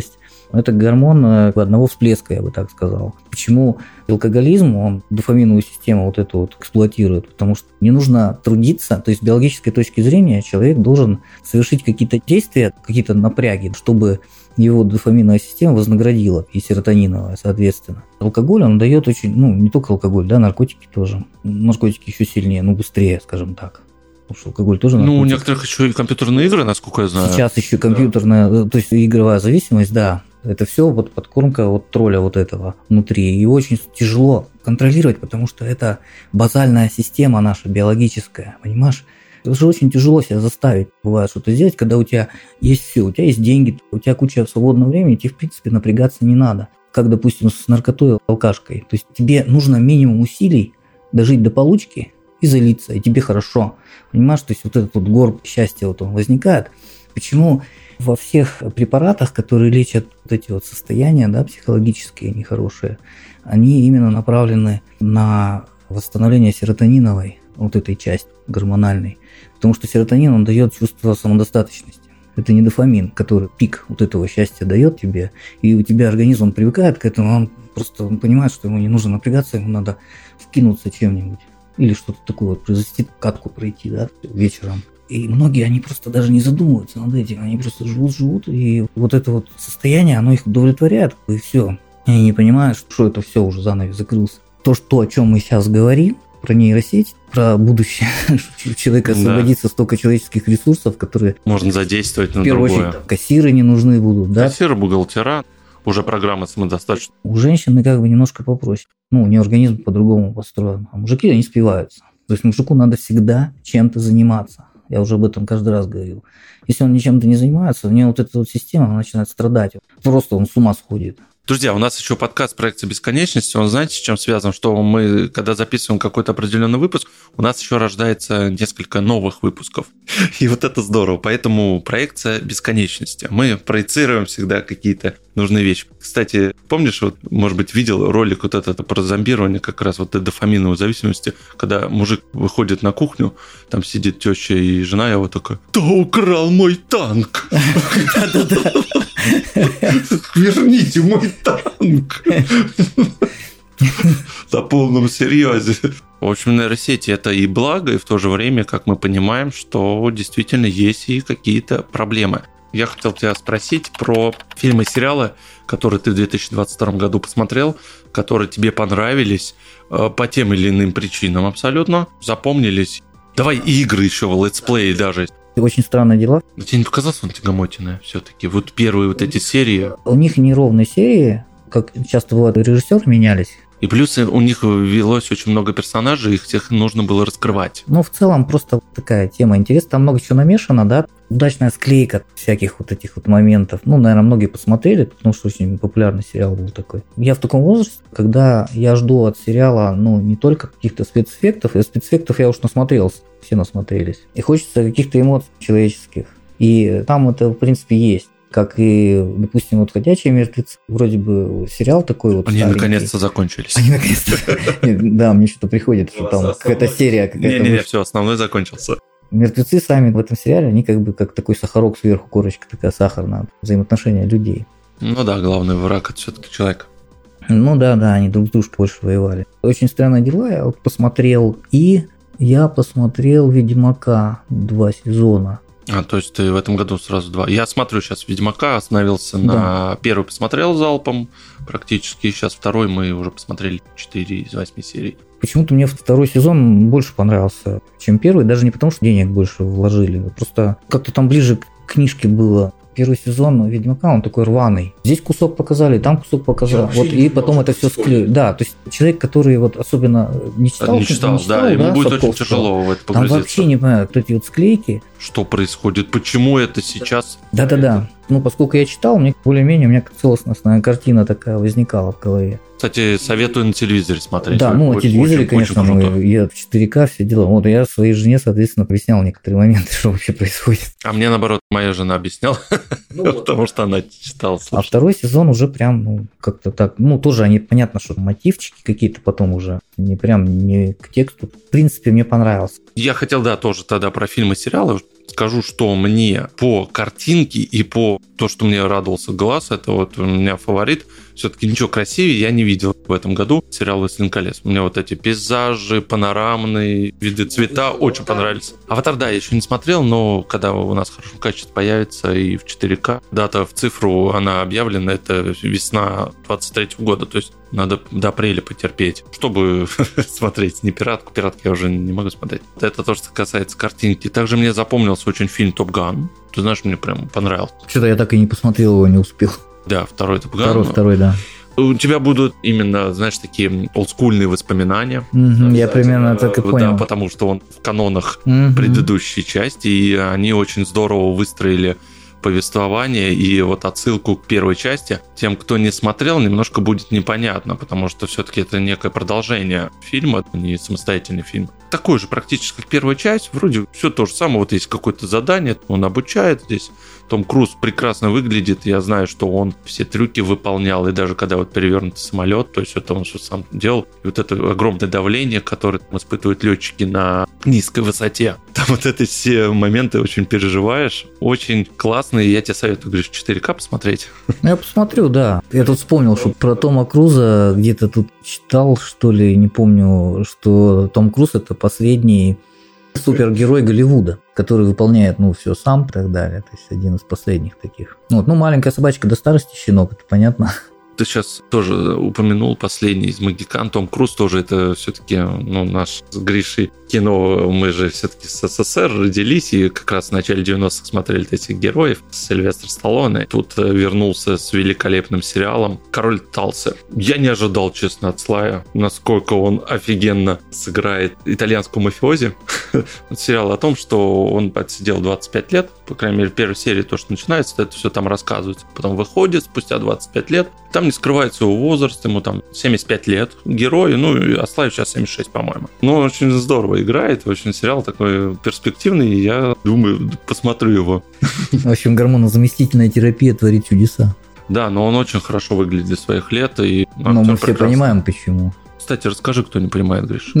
Это гормон одного всплеска, я бы так сказал. Почему алкоголизм, он дофаминовую систему вот эту вот эксплуатирует? Потому что не нужно трудиться, то есть с биологической точки зрения человек должен совершить какие-то действия, какие-то напряги, чтобы его дофаминовая система вознаградила, и серотониновая, соответственно. Алкоголь, он дает очень, ну, не только алкоголь, да, наркотики тоже. Наркотики еще сильнее, ну, быстрее, скажем так. Потому что алкоголь тоже наркотик. Ну, у некоторых еще и компьютерные игры, насколько я знаю. Сейчас еще компьютерная, да. То есть игровая зависимость, да. Это все вот подкормка вот тролля вот этого внутри. И очень тяжело контролировать, потому что это базальная система наша, биологическая, понимаешь? Это же очень тяжело себя заставить, бывает, что-то сделать, когда у тебя есть все, у тебя есть деньги, у тебя куча свободного времени, тебе, в принципе, напрягаться не надо. Как, допустим, с наркотой, алкашкой. То есть тебе нужно минимум усилий дожить до получки и залиться, и тебе хорошо. Понимаешь, то есть вот этот вот горб счастья вот он возникает. Почему во всех препаратах, которые лечат вот эти вот состояния, да, психологические нехорошие, они именно направлены на восстановление серотониновой вот этой части гормональной. Потому что серотонин, он дает чувство самодостаточности. Это не дофамин, который пик вот этого счастья дает тебе, и у тебя организм он привыкает к этому, он просто он понимает, что ему не нужно напрягаться, ему надо вкинуться чем-нибудь. Или что-то такое вот произвести, катку пройти, да, вечером. И многие, они просто даже не задумываются над этим, они просто живут-живут, и вот это вот состояние, оно их удовлетворяет, и все. Они не понимают, что это все уже занавес закрылся. То, что, о чем мы сейчас говорим, про нейросеть, про будущее, что у человека освободится да. столько человеческих ресурсов, которые... Можно задействовать на другое. В первую другое. очередь, кассиры не нужны будут, да? Кассиры, бухгалтера, уже программа самодостаточная. У женщины как бы немножко попроще. Ну, у нее организм по-другому построен. А мужики, они спиваются. То есть мужику надо всегда чем-то заниматься. Я уже об этом каждый раз говорил. Если он ничем-то не занимается, у него вот эта вот система она начинает страдать. Просто он с ума сходит. Друзья, у нас еще подкаст «Проекция бесконечности». Он, знаете, с чем связан? Что мы, когда записываем какой-то определенный выпуск, у нас еще рождается несколько новых выпусков. И вот это здорово. Поэтому проекция бесконечности. Мы проецируем всегда какие-то нужные вещи. Кстати, помнишь, вот, может быть, видел ролик вот этот про зомбирование, как раз вот этой дофаминовой зависимости, когда мужик выходит на кухню, там сидит теща и жена его такая: «Кто украл мой танк? Верните мой танк!» На полном серьезе. В общем, нейросети – это и благо, и в то же время, как мы понимаем, что действительно есть и какие-то проблемы. Я хотел тебя спросить про фильмы и сериалы, которые ты в две тысячи двадцать втором году посмотрел, которые тебе понравились по тем или иным причинам абсолютно, запомнились. Давай игры еще, летсплеи даже. Очень странные дела. Но тебе не показалось, он тягомотиное все-таки? Вот первые вот эти серии. У них неровные серии, как часто бывает, режиссеры менялись. И плюс у них велось очень много персонажей, их всех нужно было раскрывать. Ну, в целом, просто такая тема интересная. Там много чего намешано, да. Удачная склейка всяких вот этих вот моментов. Ну, наверное, многие посмотрели, потому что очень популярный сериал был такой. Я в таком возрасте, когда я жду от сериала, ну, не только каких-то спецэффектов. И спецэффектов я уж насмотрелся, все насмотрелись. И хочется каких-то эмоций человеческих. И там это, в принципе, есть. Как и, допустим, вот «Ходячие мертвецы», вроде бы сериал такой вот. Они старенький. наконец-то закончились. Они наконец-то. Да, мне что-то приходит, что там какая-то серия. Не-не-не, все, основной закончился. Мертвецы сами в этом сериале, они как бы как такой сахарок сверху, корочка такая сахарная, взаимоотношения людей. Ну да, главный враг – это все-таки человек. Ну да, да, они друг с дружкой больше воевали. Очень странные дела, я вот посмотрел, и я посмотрел «Ведьмака» два сезона. А, то есть ты в этом году сразу два. Я смотрю сейчас «Ведьмака», остановился да. на первый, посмотрел залпом практически, сейчас второй, мы уже посмотрели четыре из восьми серий. Почему-то мне второй сезон больше понравился, чем первый, даже не потому, что денег больше вложили, просто как-то там ближе к книжке было. Первый сезон «Ведьмака», он такой рваный. Здесь кусок показали, там кусок показали. Вот, и потом это все склеили. Да, то есть человек, который вот особенно не читал, не читал, не читал да, ему да, будет очень тяжело в это погрузиться. Там вообще не понимаю, вот эти вот склейки. Что происходит, почему это сейчас? Да-да-да. Ну, поскольку я читал, мне более-менее у меня целостная картина такая возникала в голове. Кстати, советую на телевизоре смотреть. Да, ну, на телевизоре, очень, конечно, очень мы, я в четыре ка все дела. Вот я своей жене, соответственно, объяснял некоторые моменты, что вообще происходит. А мне, наоборот, моя жена объясняла, ну, потому что она читала. А второй сезон уже прям, ну, как-то так, ну, тоже они, понятно, что мотивчики какие-то потом уже, не прям не к тексту. В принципе, мне понравился. Я хотел, да, тоже тогда про фильмы и сериалы. скажу, что мне по картинке и по то, что мне радовался глаз, это вот у меня фаворит. Все-таки ничего красивее я не видел в этом году. Сериал «Властелин колец». Мне вот эти пейзажи, панорамные виды, цвета очень понравились. «Аватар», да, я еще не смотрел, но когда у нас в хорошем качестве появится и в четыре ка, дата в цифру, она объявлена, это весна двадцать третьего года, то есть надо до апреля потерпеть, чтобы смотреть не «Пиратку». «Пиратку» я уже не могу смотреть. Это то, что касается картинки. Также мне запомнился очень фильм «Топ Ган». Ты знаешь, мне прям понравился. Что-то я так и не посмотрел его, не успел. Да, второй «Топ Ган». Второй, второй, да. У тебя будут именно, знаешь, такие олдскульные воспоминания. Угу, я примерно так и понял. Да, потому что он в канонах угу. предыдущей части, и они очень здорово выстроили повествование и вот отсылку к первой части. Тем, кто не смотрел, немножко будет непонятно, потому что все-таки это некое продолжение фильма, не самостоятельный фильм. Такой же практически, как первая часть, вроде все то же самое, вот есть какое-то задание, он обучает здесь. Том Круз прекрасно выглядит, я знаю, что он все трюки выполнял, и даже когда вот перевернутый самолет, то есть это он все сам делал, и вот это огромное давление, которое испытывают летчики на низкой высоте, там вот эти все моменты очень переживаешь, очень классно, и я тебе советую, говоришь, в четыре ка посмотреть. Я посмотрю, да. Я тут вспомнил, что про Тома Круза где-то тут читал, что ли, не помню, что Том Круз – это последний супергерой Голливуда, который выполняет, ну, все сам и так далее. То есть один из последних таких. Ну, вот, ну маленькая собачка до старости щенок, это понятно. Ты сейчас тоже упомянул последний из «Могикан». Том Круз тоже это все-таки, ну, наш с Гришей кино. Мы же все-таки с СССР родились и как раз в начале девяностых смотрели этих героев. Сильвестр Сталлоне тут вернулся с великолепным сериалом «Король Талсы». Я не ожидал, честно, от Слая, насколько он офигенно сыграет итальянскую мафиози. Сериал о том, что он отсидел двадцать пять лет, по крайней мере, в первой серии то, что начинается, это все там рассказывается. Потом выходит спустя двадцать пять лет, там не скрывается его возраст, ему там семьдесят пять лет, герой, ну, а Славе сейчас семьдесят шесть, по-моему. Ну, очень здорово играет, очень сериал такой перспективный, и я думаю, посмотрю его. В общем, гормонозаместительная терапия творит чудеса. Да, но он очень хорошо выглядит для своих лет. И но мы все прекрасный. Понимаем, почему. Кстати, расскажи, кто не понимает, Гриш.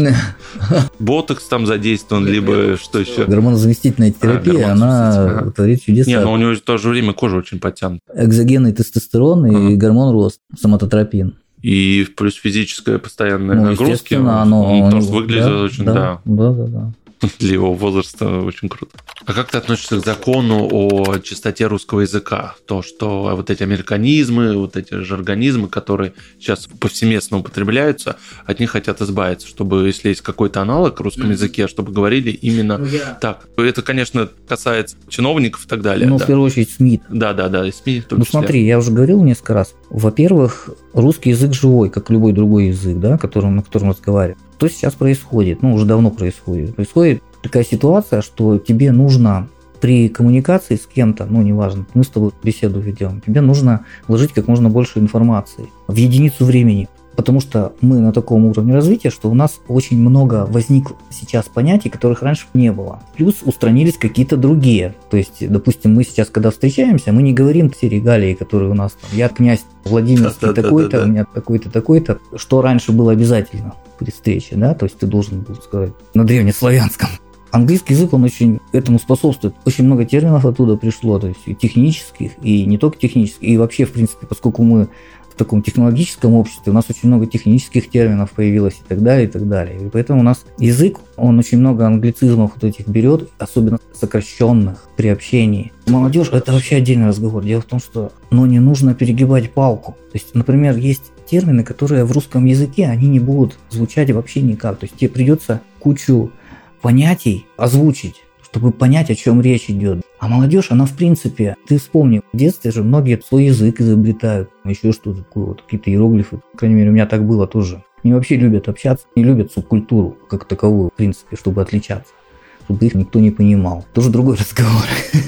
Ботокс там задействован, либо что еще? Гормонозаместительная терапия, а, она ага. творит чудеса. Не, но у него в то же время кожа очень подтянута. Экзогенный тестостерон ага. и гормон рост, соматотропин. И плюс физическая постоянная ну, нагрузка. Оно, он тоже выглядит да, очень, да. Да, да, да. Для его возраста очень круто. А как ты относишься к закону о чистоте русского языка? То, что вот эти американизмы, вот эти жаргонизмы, которые сейчас повсеместно употребляются, от них хотят избавиться, чтобы, если есть какой-то аналог в русском языке, чтобы говорили именно ну, я... так. Это, конечно, касается чиновников и так далее. Ну, да. в первую очередь, СМИ. Да, да, да, и СМИ. Ну, смотри, я уже говорил несколько раз. Во-первых, русский язык живой, как любой другой язык, да, которым, на котором разговариваем. Что сейчас происходит? Ну, уже давно происходит. Происходит такая ситуация, что тебе нужно при коммуникации с кем-то, ну, неважно, мы с тобой беседу ведем, тебе нужно вложить как можно больше информации в единицу времени. Потому что мы на таком уровне развития, что у нас очень много возникло сейчас понятий, которых раньше не было. Плюс устранились какие-то другие. То есть, допустим, мы сейчас, когда встречаемся, мы не говорим все регалии, которые у нас там. Я князь Владимирский такой-то, у меня такой-то, такой-то. Что раньше было обязательно при встрече, да? То есть ты должен был сказать на древнеславянском. Английский язык, он очень этому способствует. Очень много терминов оттуда пришло, то есть и технических, и не только технических. И вообще, в принципе, поскольку мы в таком технологическом обществе, у нас очень много технических терминов появилось и так далее, и так далее. И поэтому у нас язык, он очень много англицизмов вот этих берет, особенно сокращенных при общении. Молодежь – это вообще отдельный разговор. Дело в том, что ну, не нужно перегибать палку. То есть, например, есть термины, которые в русском языке, они не будут звучать вообще никак. То есть тебе придется кучу понятий озвучить, чтобы понять, о чем речь идет. А молодежь, она в принципе, ты вспомни, в детстве же многие свой язык изобретают, еще что-то такое, вот какие-то иероглифы, по крайней мере, у меня так было тоже. Они вообще любят общаться, не любят субкультуру как таковую, в принципе, чтобы отличаться, чтобы их никто не понимал. Тоже другой разговор.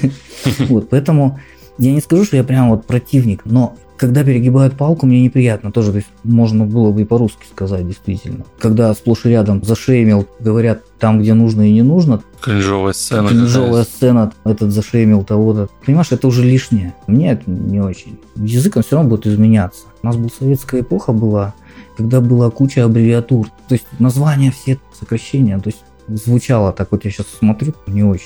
Вот, поэтому я не скажу, что я прям вот противник, но когда перегибают палку, мне неприятно тоже, то есть можно было бы и по-русски сказать, действительно. Когда сплошь и рядом зашеймил, говорят там, где нужно и не нужно. Кринжовая сцена. Кринжовая сцена, этот зашеймил того-то. Понимаешь, это уже лишнее. Мне это не очень. Язык, он все равно будет изменяться. У нас была советская эпоха была, когда была куча аббревиатур. То есть названия все, сокращения, то есть звучало так, вот я сейчас смотрю, не очень.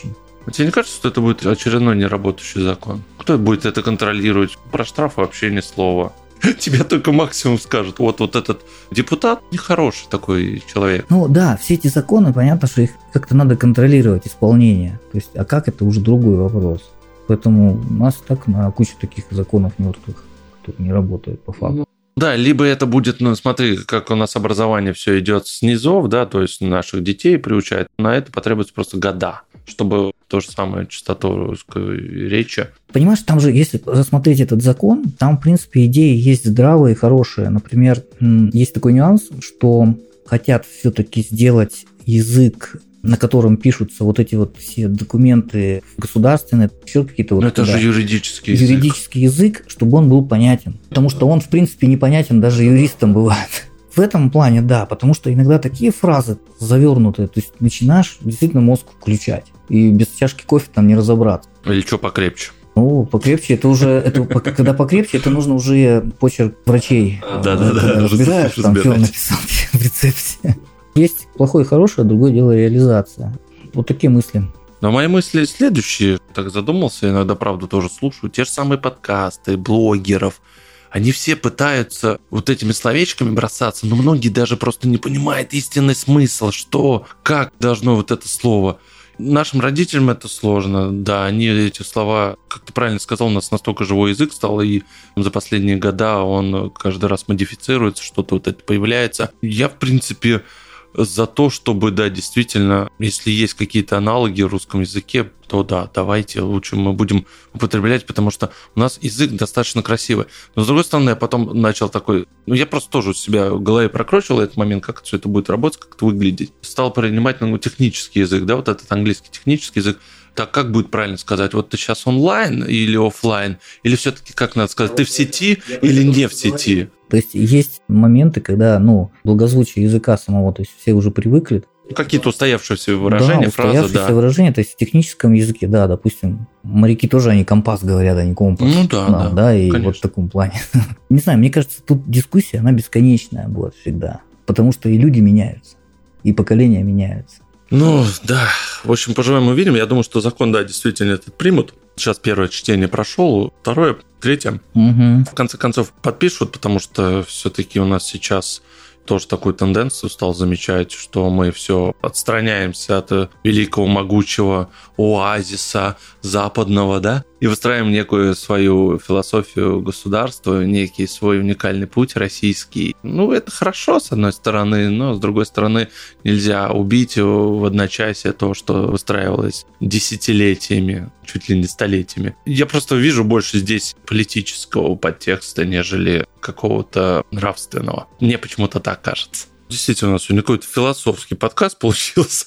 Тебе не кажется, что это будет очередной неработающий закон? Кто будет это контролировать? Про штрафы вообще ни слова. Тебя только максимум скажут, вот, вот этот депутат нехороший такой человек. Ну да, все эти законы, понятно, что их как-то надо контролировать, исполнение. То есть, а как, это уже другой вопрос. Поэтому у нас так на кучу таких законов мертвых, которые не работают по факту. Да, либо это будет, ну смотри, как у нас образование все идет снизу, да, то есть наших детей приучают, на это потребуется просто года, чтобы то же самое частоту русской речи. Понимаешь, там же, если рассмотреть этот закон, там, в принципе, идеи есть здравые, хорошие. Например, есть такой нюанс, что хотят все-таки сделать язык, на котором пишутся вот эти вот все документы государственные, еще какие-то вот... Но это да, же юридический язык. Юридический язык, чтобы он был понятен. Потому что он, в принципе, непонятен даже юристам бывает. В этом плане, да, потому что иногда такие фразы завернутые, то есть начинаешь действительно мозг включать, и без чашки кофе там не разобраться. Или что покрепче? Ну, покрепче, это уже, это, когда покрепче, это нужно уже почерк врачей. Да-да-да. Разбираешь, там, что он написал в рецепте. Есть плохое и хорошее, а другое дело реализация. Вот такие мысли. Но мои мысли следующие. Так задумался, иногда, правда, тоже слушаю. Те же самые подкасты, блогеров. Они все пытаются вот этими словечками бросаться, но многие даже просто не понимают истинный смысл, что, как должно вот это слово. Нашим родителям это сложно, да, они эти слова, как ты правильно сказал, у нас настолько живой язык стал, и за последние года он каждый раз модифицируется, что-то вот это появляется. Я, в принципе, за то, чтобы, да, действительно, если есть какие-то аналоги в русском языке, то да, давайте лучше мы будем употреблять, потому что у нас язык достаточно красивый. Но, с другой стороны, я потом начал такой... Ну, я просто тоже у себя в голове прокручивал этот момент, как все это будет работать, как это выглядеть. Стал принимать, ну, технический язык, да, вот этот английский технический язык. Так как будет правильно сказать? Вот ты сейчас онлайн или офлайн? Или все-таки, как надо сказать, ты в сети или не в сети? То есть есть моменты, когда, ну, благозвучие языка самого, то есть все уже привыкли. Какие-то устоявшиеся выражения, да, фразы, устоявшиеся да. выражения, то есть в техническом языке, да, допустим, моряки тоже, они компас говорят, а не компас. Ну да, да, да, да, и конечно. вот в таком плане. Не знаю, мне кажется, тут дискуссия, она бесконечная будет всегда, потому что и люди меняются, и поколения меняются. Ну, да. В общем, поживем увидим. Я думаю, что закон, да, действительно этот примут. Сейчас первое чтение прошло, второе, третье. Угу. В конце концов подпишут, потому что все-таки у нас сейчас тоже такую тенденцию стал замечать, что мы все отстраняемся от великого, могучего оазиса западного, да, и выстраиваем некую свою философию государства, некий свой уникальный путь российский. Ну, это хорошо, с одной стороны, но с другой стороны, нельзя убить в одночасье то, что выстраивалось десятилетиями, чуть ли не столетиями. Я просто вижу больше здесь политического подтекста, нежели какого-то нравственного. Мне почему-то так кажется. Действительно, у нас сегодня какой-то философский подкаст получился.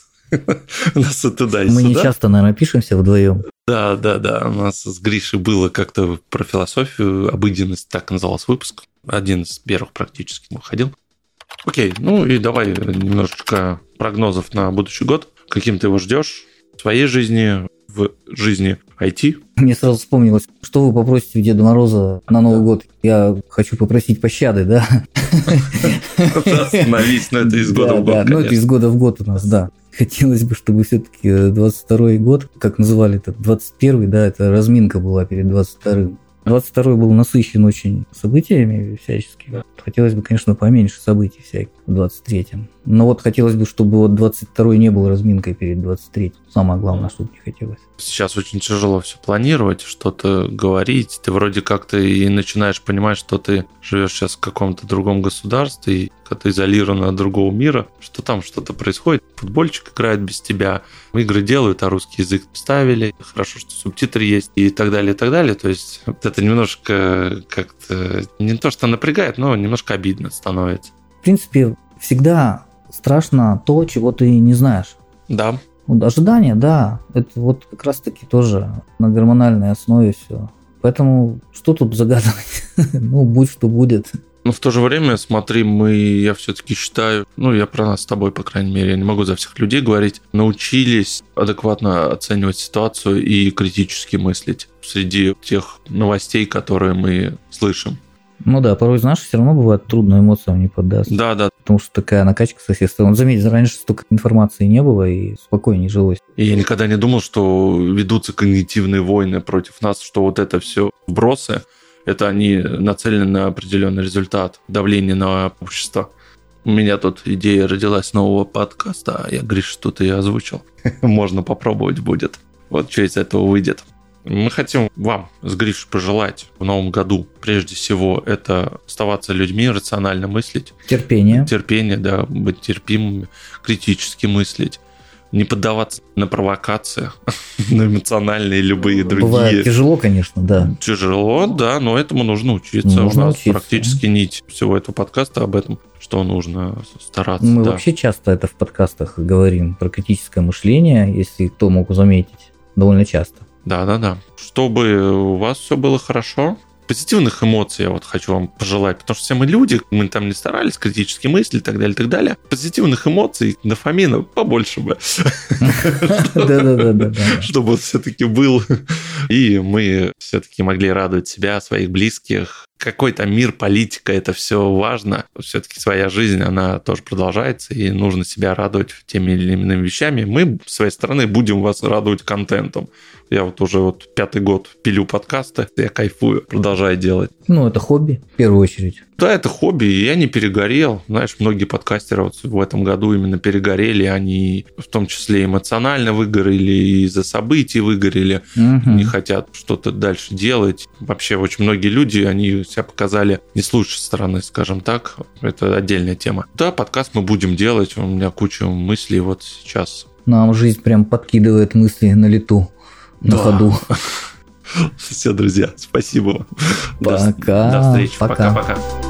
У нас и туда, и Мы сюда. не часто, наверное, пишемся вдвоем. Да, да, да. У нас с Гришей было как-то про философию, обыденность, так назывался выпуск. Один из первых практически выходил. Окей, ну и давай немножечко прогнозов на будущий год. Каким ты его ждешь в своей жизни, в жизни ай ти? Мне сразу вспомнилось, что вы попросите у Деда Мороза на Новый год. Я хочу попросить пощады, да? Остановись, но это из года в год, да, ну это из года в год у нас, да. Хотелось бы, чтобы все-таки двадцать второй год, как называли это, двадцать первый, да, это разминка была перед двадцать вторым. двадцать второй был насыщен очень событиями всяческими. Хотелось бы, конечно, поменьше событий всяких в двадцать третьем. Но вот хотелось бы, чтобы вот двадцать второй не был разминкой перед двадцать третьим. Самое главное, чтобы не хотелось. Сейчас очень тяжело все планировать, что-то говорить. Ты вроде как-то и начинаешь понимать, что ты живешь сейчас в каком-то другом государстве, и как-то изолирован от другого мира, что там что-то происходит. Футбольчик играет без тебя, игры делают, а русский язык вставили. Хорошо, что субтитры есть и так далее, и так далее. То есть это немножко как-то не то, что напрягает, но немножко обидно становится. В принципе, всегда страшно то, чего ты не знаешь. Да. Вот ожидание, да, это вот как раз-таки тоже на гормональной основе все. Поэтому что тут загадывать? Ну, будь что будет. Но в то же время, смотри, мы, я все-таки считаю, ну, я про нас с тобой, по крайней мере, я не могу за всех людей говорить, научились адекватно оценивать ситуацию и критически мыслить среди тех новостей, которые мы слышим. Ну да, порой, знаешь, все равно бывает трудно эмоциям не поддаться. Да, да. Потому что такая накачка со всех сторон. Заметь, раньше столько информации не было и спокойнее жилось. И я никогда не думал, что ведутся когнитивные войны против нас, что вот это все вбросы, это они нацелены на определенный результат, давление на общество. У меня тут идея родилась нового подкаста, а я, Гриш, тут и озвучил. Можно попробовать будет. Вот что из этого выйдет. Мы хотим вам с Гришей пожелать в новом году, прежде всего, это оставаться людьми, рационально мыслить. Терпение. Терпение, да, быть терпимыми, критически мыслить. Не поддаваться на провокации, на эмоциональные любые другие. Бывает тяжело, конечно, да. Тяжело, да, но этому нужно учиться. Нужно У нас учиться. Практически нить всего этого подкаста об этом, что нужно стараться. Мы да. вообще часто это в подкастах говорим про критическое мышление, если кто мог заметить, довольно часто. Да-да-да. Чтобы у вас все было хорошо. Позитивных эмоций я вот хочу вам пожелать, потому что все мы люди, мы там не старались, критически мысли и так далее, и так далее. Позитивных эмоций, дофамина побольше бы. Да-да-да. Чтобы все-таки был. И мы все-таки могли радовать себя, своих близких. Какой-то мир, политика, это все важно. Все-таки своя жизнь, она тоже продолжается, и нужно себя радовать теми или иными вещами. Мы, с своей стороны, будем вас радовать контентом. Я вот уже вот пятый год пилю подкасты, я кайфую, продолжаю делать. Ну, это хобби, в первую очередь. Да, это хобби, и я не перегорел. Знаешь, многие подкастеры вот в этом году именно перегорели, они в том числе эмоционально выгорели, из-за событий выгорели, угу. не хотят что-то дальше делать. Вообще очень многие люди, они себя показали не с лучшей стороны, скажем так. Это отдельная тема. Да, подкаст мы будем делать, у меня куча мыслей вот сейчас. Нам жизнь прям подкидывает мысли на лету. На да. ходу. Все, друзья, спасибо. Пока. До, до встречи. Пока. Пока-пока.